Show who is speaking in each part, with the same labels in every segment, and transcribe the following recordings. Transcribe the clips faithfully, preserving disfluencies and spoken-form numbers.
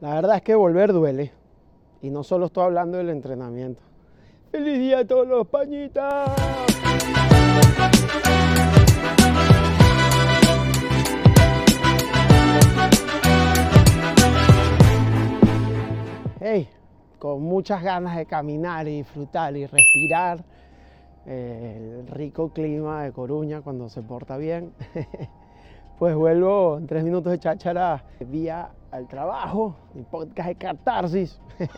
Speaker 1: La verdad es que volver duele. Y no solo estoy hablando del entrenamiento. ¡Feliz día a todos los pañitas! Hey, con muchas ganas de caminar y disfrutar y respirar eh, el rico clima de Coruña cuando se porta bien. Pues vuelvo en tres minutos de cháchara vía al trabajo, mi podcast de catarsis,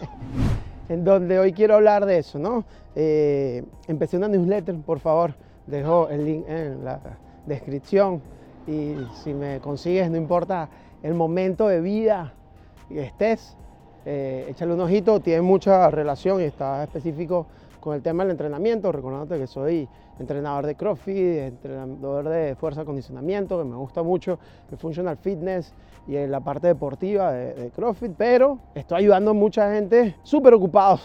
Speaker 1: en donde hoy quiero hablar de eso, ¿no? Eh, empecé una newsletter, por favor, dejo el link en la descripción y si me consigues, no importa el momento de vida que estés, eh, échale un ojito, tiene mucha relación y está específico con el tema del entrenamiento, recordándote que soy entrenador de CrossFit, entrenador de fuerza y acondicionamiento, que me gusta mucho el functional fitness y en la parte deportiva de, de CrossFit, pero estoy ayudando a mucha gente súper ocupados.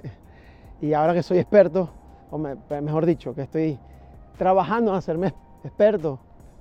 Speaker 1: Y ahora que soy experto, o me, mejor dicho, que estoy trabajando en hacerme experto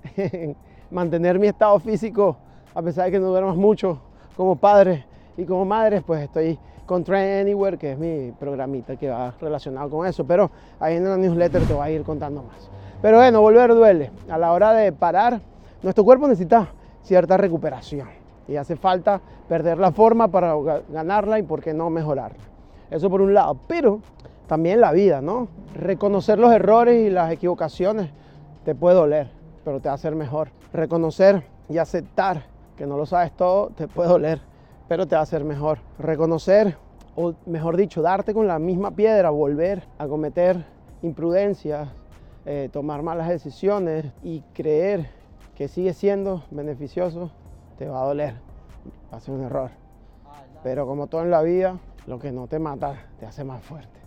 Speaker 1: en mantener mi estado físico, a pesar de que no duermas mucho como padre y como madre, pues estoy con Train Anywhere, que es mi programita que va relacionado con eso, pero ahí en la newsletter te voy a ir contando más. Pero bueno, volver duele. A la hora de parar, nuestro cuerpo necesita cierta recuperación y hace falta perder la forma para ganarla y por qué no mejorarla. Eso por un lado, pero también la vida, ¿no? Reconocer los errores y las equivocaciones te puede doler, pero te va a hacer mejor. Reconocer y aceptar que no lo sabes todo te puede doler, pero te va a hacer mejor. Reconocer, o mejor dicho, darte con la misma piedra, volver a cometer imprudencias, eh, tomar malas decisiones y creer que sigue siendo beneficioso, te va a doler, va a ser un error. Pero como todo en la vida, lo que no te mata te hace más fuerte.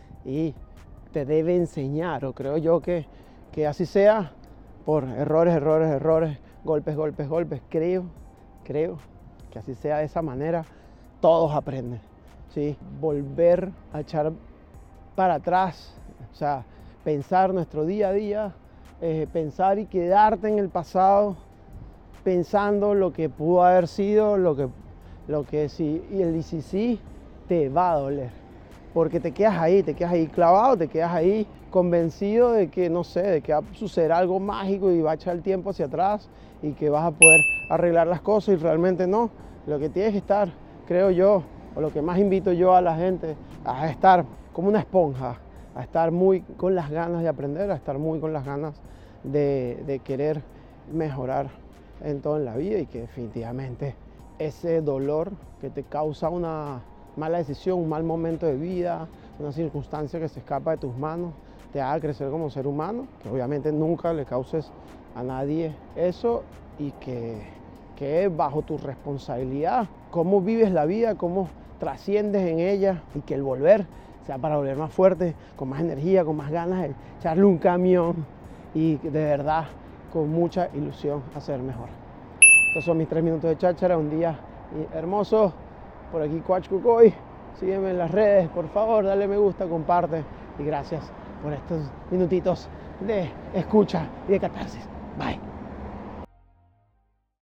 Speaker 1: Y te debe enseñar, o creo yo que, que así sea, por errores, errores, errores, golpes, golpes, golpes. Creo, creo que así sea de esa manera, todos aprenden, ¿sí? Volver a echar para atrás, o sea, pensar nuestro día a día, eh, pensar y quedarte en el pasado, pensando lo que pudo haber sido, lo que, lo que sí, y el sí, sí, te va a doler, porque te quedas ahí, te quedas ahí clavado, te quedas ahí convencido de que, no sé, de que va a suceder algo mágico y va a echar el tiempo hacia atrás y que vas a poder arreglar las cosas y realmente no. Lo que tienes que estar, creo yo, o lo que más invito yo a la gente, a estar como una esponja, a estar muy con las ganas de aprender, a estar muy con las ganas de, de querer mejorar en todo en la vida y que definitivamente ese dolor que te causa una mala decisión, un mal momento de vida, una circunstancia que se escapa de tus manos, te haga crecer como ser humano, que obviamente nunca le causes a nadie eso y que, que es bajo tu responsabilidad, cómo vives la vida, cómo trasciendes en ella y que el volver sea para volver más fuerte, con más energía, con más ganas de echarle un camión y de verdad con mucha ilusión hacer mejor. Estos son mis tres minutos de cháchara, un día hermoso, por aquí Coach Cucoy, sígueme en las redes, por favor, dale me gusta, comparte y gracias por estos minutitos de escucha y de catarsis. Bye.